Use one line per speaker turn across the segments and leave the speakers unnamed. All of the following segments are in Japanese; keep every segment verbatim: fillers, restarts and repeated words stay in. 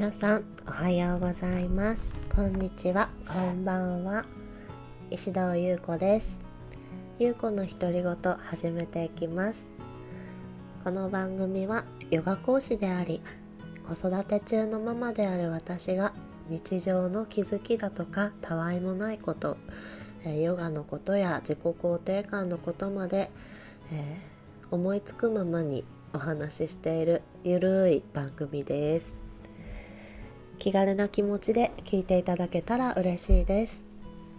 皆さんおはようございます。こんにちは、こんばんは。石堂優子です。優子の独り言始めていきます。この番組はヨガ講師であり子育て中のママである私が日常の気づきだとかたわいもないこと、ヨガのことや自己肯定感のことまで、えー、思いつくままにお話ししているゆるい番組です。気軽な気持ちで聞いていただけたら嬉しいです。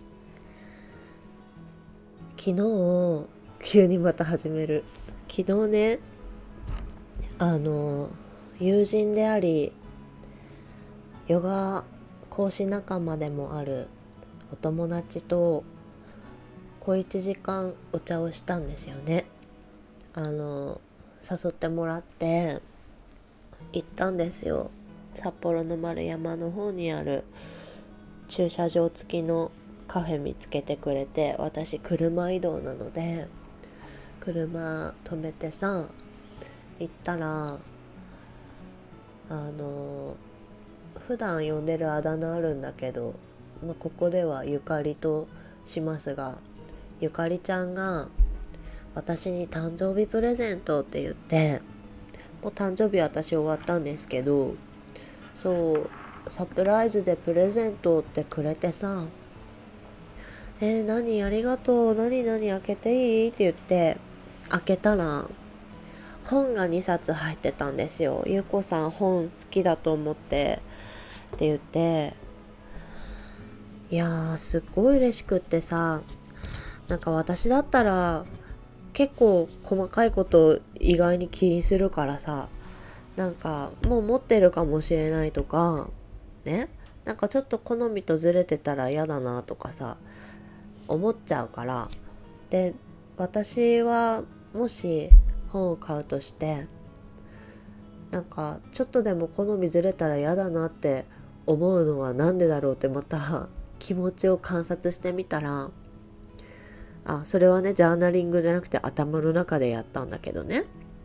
昨日急にまた始める昨日ねあの友人でありヨガ講師仲間でもあるお友達と小一時間お茶をしたんですよね。あの誘ってもらって行ったんですよ。札幌の丸山の方にある駐車場付きのカフェ見つけてくれて、私車移動なので車止めてさ行ったら、あの普段呼んでるあだ名あるんだけど、まあ、ここではゆかりとしますが、ゆかりちゃんが私に誕生日プレゼントって言って、もう誕生日私終わったんですけど、そうサプライズでプレゼントってくれてさ、えー、何ありがとう、何何開けていいって言って開けたら本がにさつ入ってたんですよ。ゆうこさん本好きだと思ってって言って、いやーすっごい嬉しくってさ、なんか私だったら結構細かいこと意外に気にするからさ、なんかもう持ってるかもしれないとかね、なんかちょっと好みとずれてたら嫌だなとかさ思っちゃうから。で私はもし本を買うとしてなんかちょっとでも好みずれたら嫌だなって思うのはなんでだろうって、また気持ちを観察してみたら、あそれはねジャーナリングじゃなくて頭の中でやったんだけどね。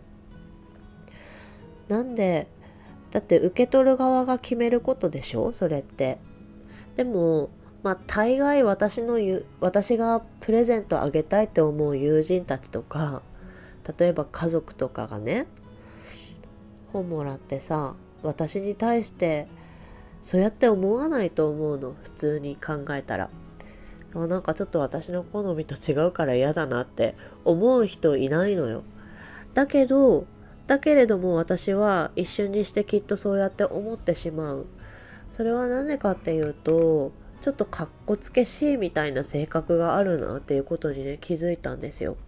なんでだって受け取る側が決めることでしょそれって。でもまあ大概私のゆ私がプレゼントあげたいって思う友人たちとか、例えば家族とかがね本もらってさ、私に対してそうやって思わないと思うの。普通に考えたらなんかちょっと私の好みと違うから嫌だなって思う人いないのよ。だけどだけれども私は一瞬にしてきっとそうやって思ってしまう。それは何でかっていうと、ちょっとかっこつけしいみたいな性格があるなっていうことにね気づいたんですよ。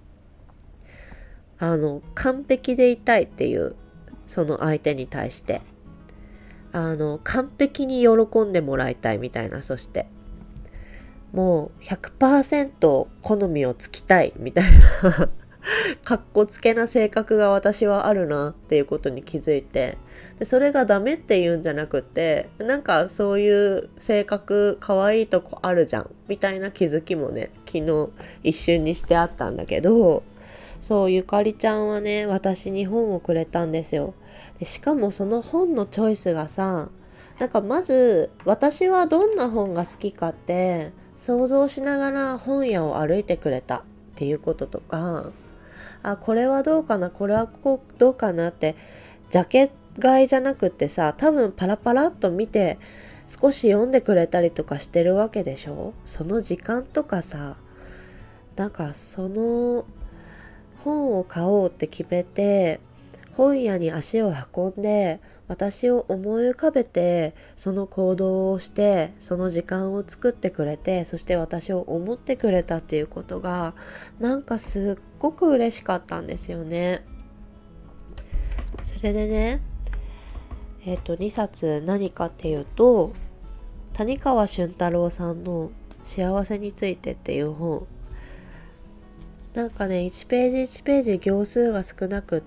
あの完璧でいたいっていうその相手に対してあの完璧に喜んでもらいたいみたいな、そしてもう ひゃくパーセント 好みをつきたいみたいなかっこつけな性格が私はあるなっていうことに気づいて、でそれがダメって言うんじゃなくて、なんかそういう性格可愛いとこあるじゃんみたいな気づきもね昨日一瞬にしてあったんだけど、そうゆかりちゃんはね私に本をくれたんですよ。でしかもその本のチョイスがさ、なんかまず私はどんな本が好きかって想像しながら本屋を歩いてくれたっていうこととか、あこれはどうかなこれはこうどうかなってジャケ買いじゃなくってさ、多分パラパラっと見て少し読んでくれたりとかしてるわけでしょ。その時間とかさ、なんかその本を買おうって決めて本屋に足を運んで私を思い浮かべてその行動をしてその時間を作ってくれて、そして私を思ってくれたっていうことがなんかすっごく嬉しかったんですよね。それでねえっとにさつ何かっていうと、谷川俊太郎さんの幸せについてっていう本、なんかねいちページいちページ行数が少なくって、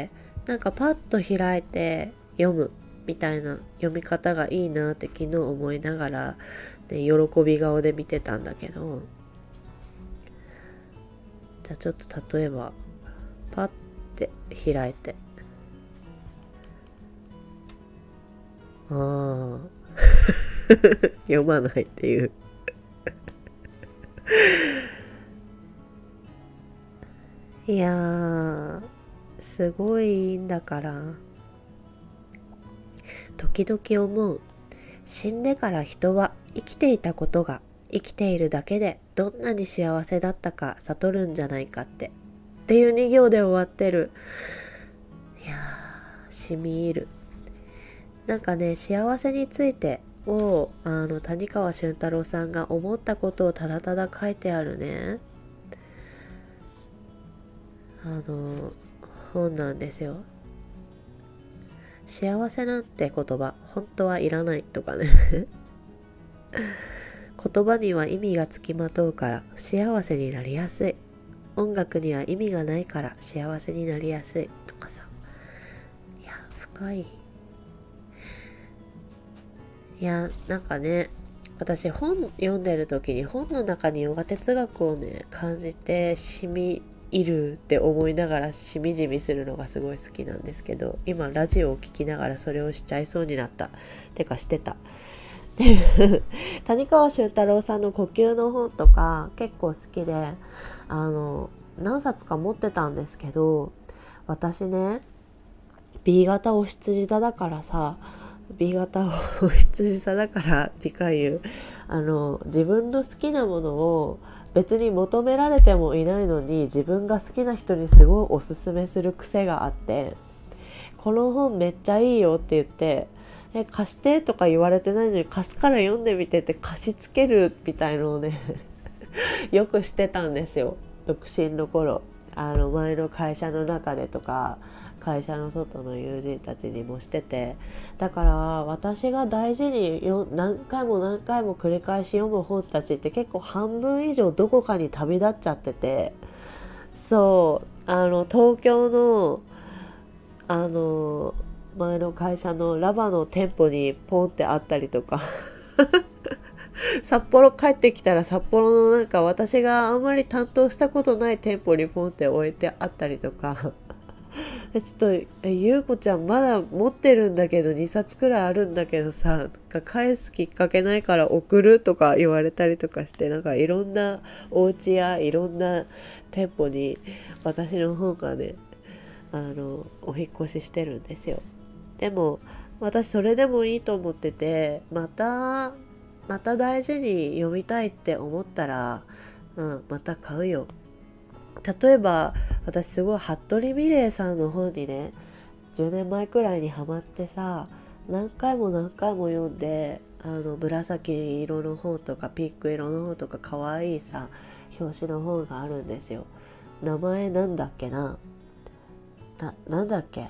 なんかパッと開いて読むみたいな読み方がいいなって昨日思いながら、ね、喜び顔で見てたんだけど、じゃあちょっと例えばパッて開いて、 あ読まないっていういやーすごいいいんだから。時々思う。死んでから人は生きていたことが生きているだけでどんなに幸せだったか悟るんじゃないかってっていうに行で終わってる。いやーしみ入る。なんかね、幸せについてをあの谷川俊太郎さんが思ったことをただただ書いてあるね、あの本なんですよ。幸せなんて言葉本当はいらないとかね言葉には意味がつきまとうから不幸せになりやすい。音楽には意味がないから幸せになりやすいとかさ。いや深い。いやなんかね、私本読んでる時に本の中にヨガ哲学をね感じてしみいるって思いながらしみじみするのがすごい好きなんですけど、今ラジオを聞きながらそれをしちゃいそうになった。てかしてた谷川俊太郎さんの呼吸の本とか結構好きで、あの何冊か持ってたんですけど、私ね B 型お羊座だからさ B 型お羊座だから理解言うあの自分の好きなものを別に求められてもいないのに自分が好きな人にすごいおすすめする癖があって、この本めっちゃいいよって言ってえ貸してとか言われてないのに貸すから読んでみてって貸し付けるみたいのをねよくしてたんですよ、独身の頃。あの前の会社の中でとか会社の外の友人たちにもしてて、だから私が大事によ何回も何回も繰り返し読む本たちって結構半分以上どこかに旅立っちゃってて、そうあの東京のあの前の会社のラバの店舗にポンってあったりとか札幌帰ってきたら札幌のなんか私があんまり担当したことない店舗にポンって置いてあったりとかちょっとえゆうこちゃんまだ持ってるんだけどにさつくらいあるんだけどさ、なんか返すきっかけないから送るとか言われたりとかして、なんかいろんなお家やいろんな店舗に私の方がねあのお引越ししてるんですよ。でも私それでもいいと思ってて、またまた大事に読みたいって思ったら、うん、また買うよ。例えば私すごい服部美玲さんの本にねじゅうねんまえくらいにハマってさ、何回も何回も読んで、あの紫色の本とかピンク色の本とか可愛いさ表紙の本があるんですよ。名前なんだっけなな、なんだっけ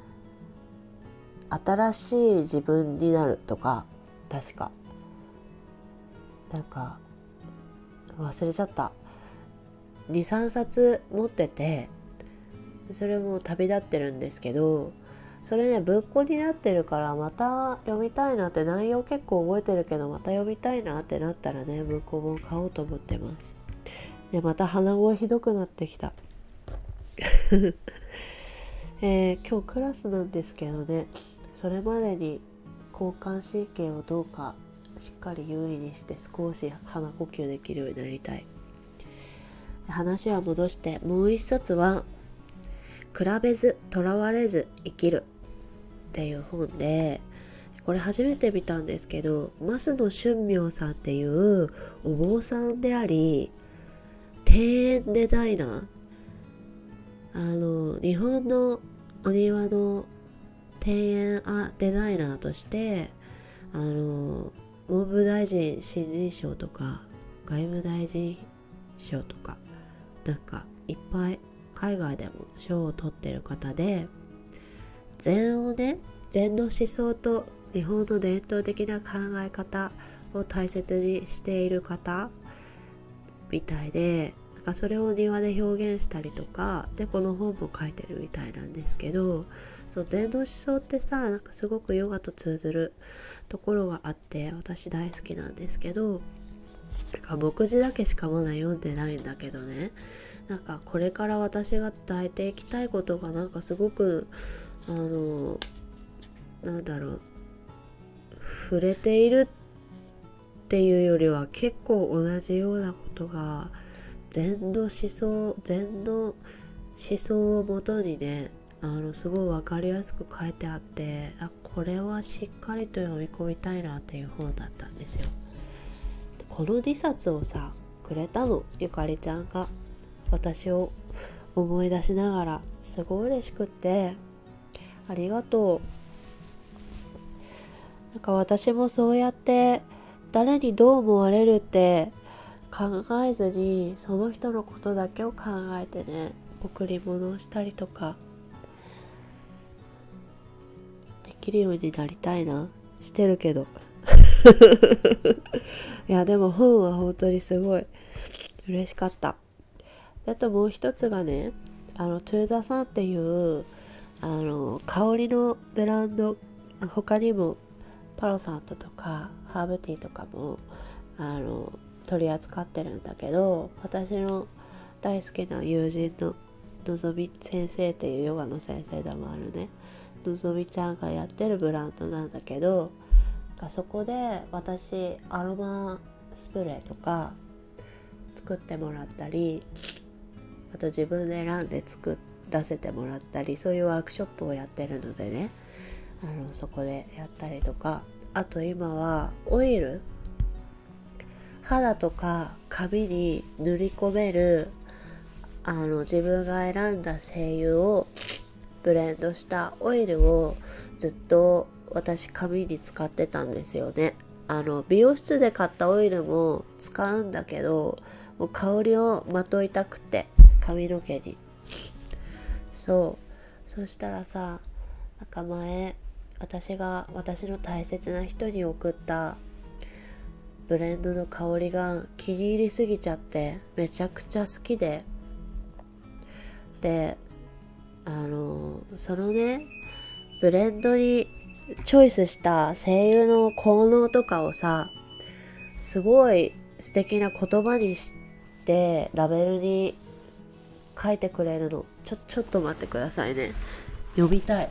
新しい自分になるとか、確かなんか忘れちゃった。にさんさつ持ってて、それも旅立ってるんですけど、それね文庫になってるからまた読みたいなって、内容結構覚えてるけどまた読みたいなってなったらね文庫本買おうと思ってます。でまた鼻声ひどくなってきたえー、今日クラスなんですけどね、それまでに交感神経をどうかしっかり優位にして少し鼻呼吸できるようになりたい。話は戻して、もう一冊は比べずとらわれず生きるっていう本で、これ初めて見たんですけど、増野俊明さんっていうお坊さんであり庭園デザイナー、あの日本のお庭の庭園デザイナーとしてあの文部大臣新人賞とか外務大臣賞とかなんかいっぱい海外でも賞を取ってる方で、禅をね禅の思想と日本の伝統的な考え方を大切にしている方みたいで、なんかそれを庭で表現したりとかでこの本も書いてるみたいなんですけど、そう禅の思想ってさなんかすごくヨガと通ずるところがあって私大好きなんですけど、なんか目次だけしかまだ読んでないんだけどね、なんかこれから私が伝えていきたいことがなんかすごくあのなんだろう触れているっていうよりは結構同じようなことが禅の思想禅の思想をもとにね、あのすごい分かりやすく書いてあって、あ、これはしっかりと読み込みたいなっていう本だったんですよ。このにさつをさくれたの、ゆかりちゃんが。私を思い出しながらすごい嬉しくって、ありがとう。なんか私もそうやって誰にどう思われるって考えずに、その人のことだけを考えてね、贈り物をしたりとかできるようになりたいな。してるけどいやでも本は本当にすごい嬉しかった。あともう一つがね、あのトゥーザさんっていうあの香りのブランド、他にもパロサントとかハーブティーとかもあの取り扱ってるんだけど、私の大好きな友人ののぞみ先生っていうヨガの先生でもあるね、のぞみちゃんがやってるブランドなんだけど、そこで私アロマスプレーとか作ってもらったり、あと自分で選んで作らせてもらったり、そういうワークショップをやってるのでね、あのそこでやったりとか、あと今はオイル、肌とか髪に塗り込めるあの自分が選んだ精油をブレンドしたオイルをずっと私髪に使ってたんですよね。あの美容室で買ったオイルも使うんだけど、もう香りをまといたくて髪の毛に。そうそしたらさ、なんか前私が私の大切な人に送ったブレンドの香りが気に入りすぎちゃってめちゃくちゃ好きで、であのそのねブレンドにチョイスした精油の効能とかをさ、すごい素敵な言葉にしてラベルに書いてくれるの。ちょちょっと待ってくださいね、読みたい。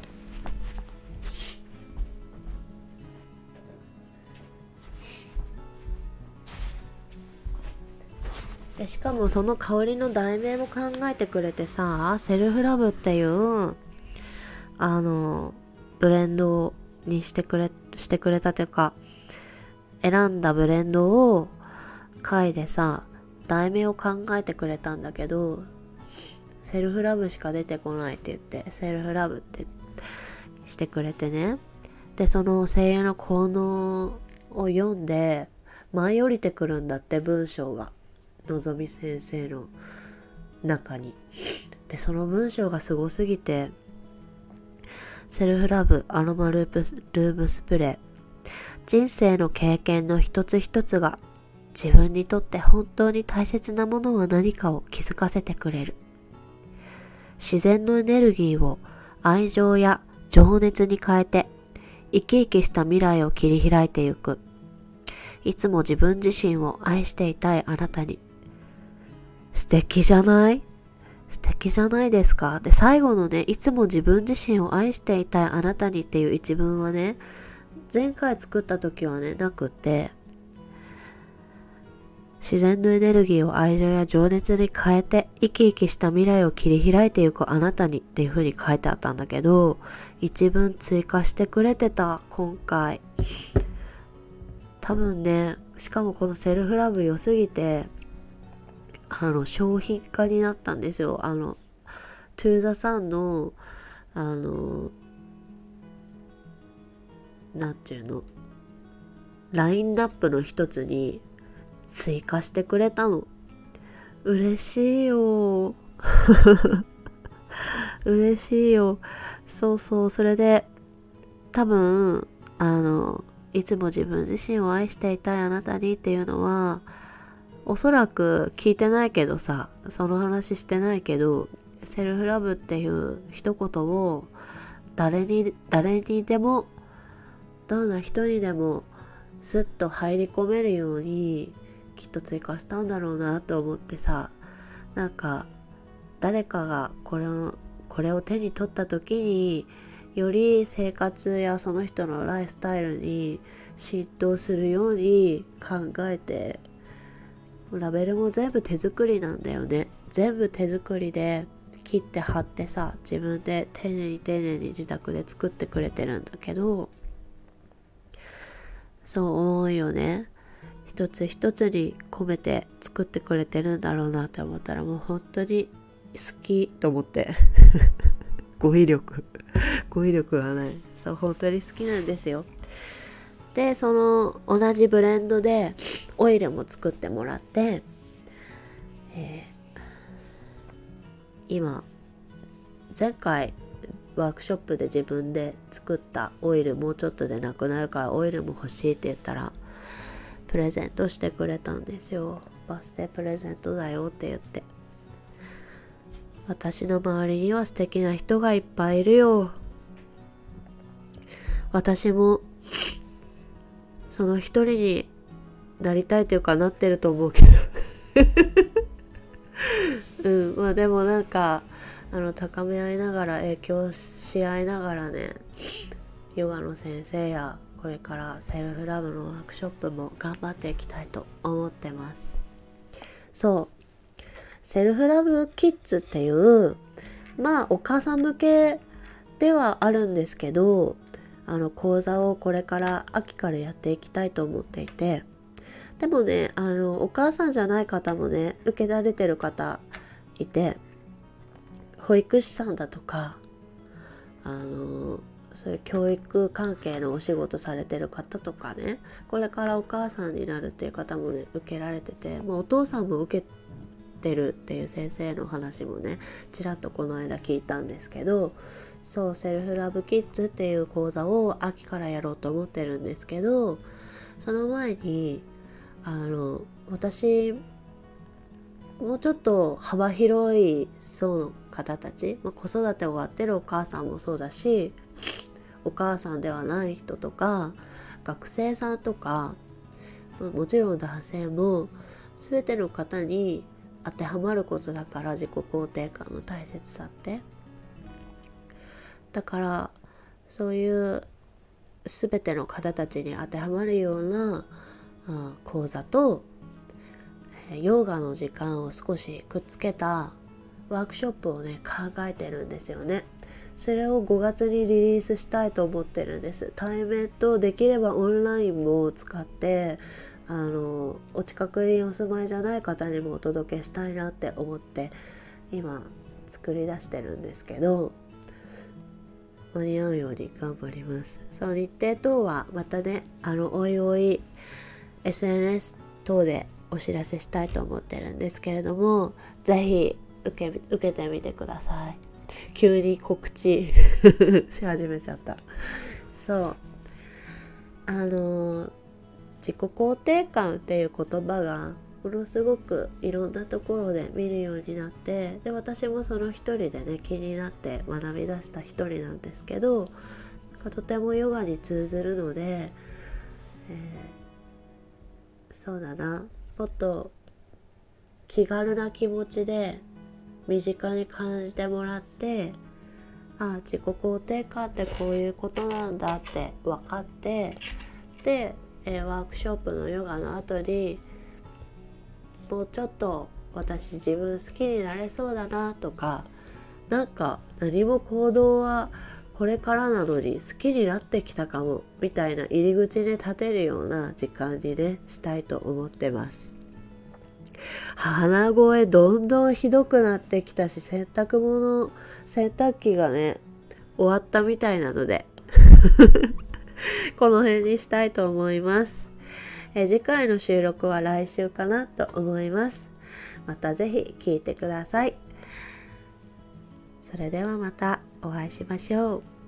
でしかもその香りの題名も考えてくれてさ、セルフラブっていうあのブレンドにしてくれしてくれたというか、選んだブレンドを書いてさ、題名を考えてくれたんだけど、セルフラブしか出てこないって言って、セルフラブってしてくれてね。でその精油の効能を読んで舞い降りてくるんだって、文章がのぞみ先生の中に。でその文章がすごすぎて、セルフラブアロマループルームスプレー、人生の経験の一つ一つが自分にとって本当に大切なものは何かを気づかせてくれる。自然のエネルギーを愛情や情熱に変えて生き生きした未来を切り開いてゆく。いつも自分自身を愛していたいあなたに。素敵じゃない？素敵じゃないですか？で最後のね、いつも自分自身を愛していたいあなたにっていう一文はね、前回作った時はねなくって、自然のエネルギーを愛情や情熱に変えて生き生きした未来を切り開いていくあなたにっていう風に書いてあったんだけど、一文追加してくれてた今回。多分ね、しかもこのセルフラブ良すぎてあの商品化になったんですよ。あのトゥーザさんのあのなんていうのラインナップの一つに追加してくれたの。嬉しいよ嬉しいよ。そうそう、それで多分あのいつも自分自身を愛していたいあなたにっていうのは、おそらく聞いてないけどさ、その話してないけど、セルフラブっていう一言を誰に誰にでもどんな人にでもスッと入り込めるようにきっと追加したんだろうなと思ってさ、なんか誰かがこれをこれを手に取った時により生活やその人のライフスタイルに浸透するように考えて、ラベルも全部手作りなんだよね。全部手作りで切って貼ってさ、自分で丁寧に丁寧に自宅で作ってくれてるんだけど、そう思うよね。一つ一つに込めて作ってくれてるんだろうなって思ったら、もう本当に好きと思って語彙力語彙力がない。そう、本当に好きなんですよ。で、その同じブレンドでオイルも作ってもらって、えー、今前回ワークショップで自分で作ったオイルもうちょっとでなくなるからオイルも欲しいって言ったらプレゼントしてくれたんですよ。バースデープレゼントだよって言って。私の周りには素敵な人がいっぱいいるよ。私もその一人になりたいというかなってると思うけどうん、まあでもなんかあの高め合いながら影響し合いながらね、ヨガの先生やこれからセルフラブのワークショップも頑張っていきたいと思ってます。そう、セルフラブキッズっていうまあお母さん向けではあるんですけど、あの講座をこれから秋からやっていきたいと思っていて、でもね、あのお母さんじゃない方もね受けられてる方いて、保育士さんだとかあのそういう教育関係のお仕事されてる方とかね、これからお母さんになるっていう方もね受けられてて、もうお父さんも受けてるっていう先生の話もねちらっとこの間聞いたんですけど、そう、セルフラブキッズっていう講座を秋からやろうと思ってるんですけど、その前にあの私もうちょっと幅広い層の方たち、まあ、子育て終わってるお母さんもそうだし、お母さんではない人とか学生さんとか、もちろん男性も全ての方に当てはまることだから、自己肯定感の大切さってだから、そういう全ての方たちに当てはまるようなあ講座とヨガの時間を少しくっつけたワークショップをね考えてるんですよね。それをごがつにリリースしたいと思ってるんです。対面とできればオンラインも使って、あのお近くにお住まいじゃない方にもお届けしたいなって思って今作り出してるんですけど、間に合うように頑張ります。その日程等はまたね、あのおいおい エスエヌエス 等でお知らせしたいと思ってるんですけれども、ぜひ受け、受けてみてください。急に告知し始めちゃった。そうあの自己肯定感っていう言葉がものすごくいろんなところで見るようになって、で私もその一人でね気になって学び出した一人なんですけど、とてもヨガに通ずるので、えー、そうだな、もっと気軽な気持ちで身近に感じてもらって、あ、自己肯定感ってこういうことなんだって分かって、で、えー、ワークショップのヨガの後にもうちょっと私自分好きになれそうだなとか、なんか何も行動はこれからなのに好きになってきたかもみたいな入り口で立てるような時間にねしたいと思ってます。鼻声どんどんひどくなってきたし、洗濯物洗濯機がね終わったみたいなのでこの辺にしたいと思います。え次回の収録は来週かなと思います。またぜひ聞いてください。それではまたお会いしましょう。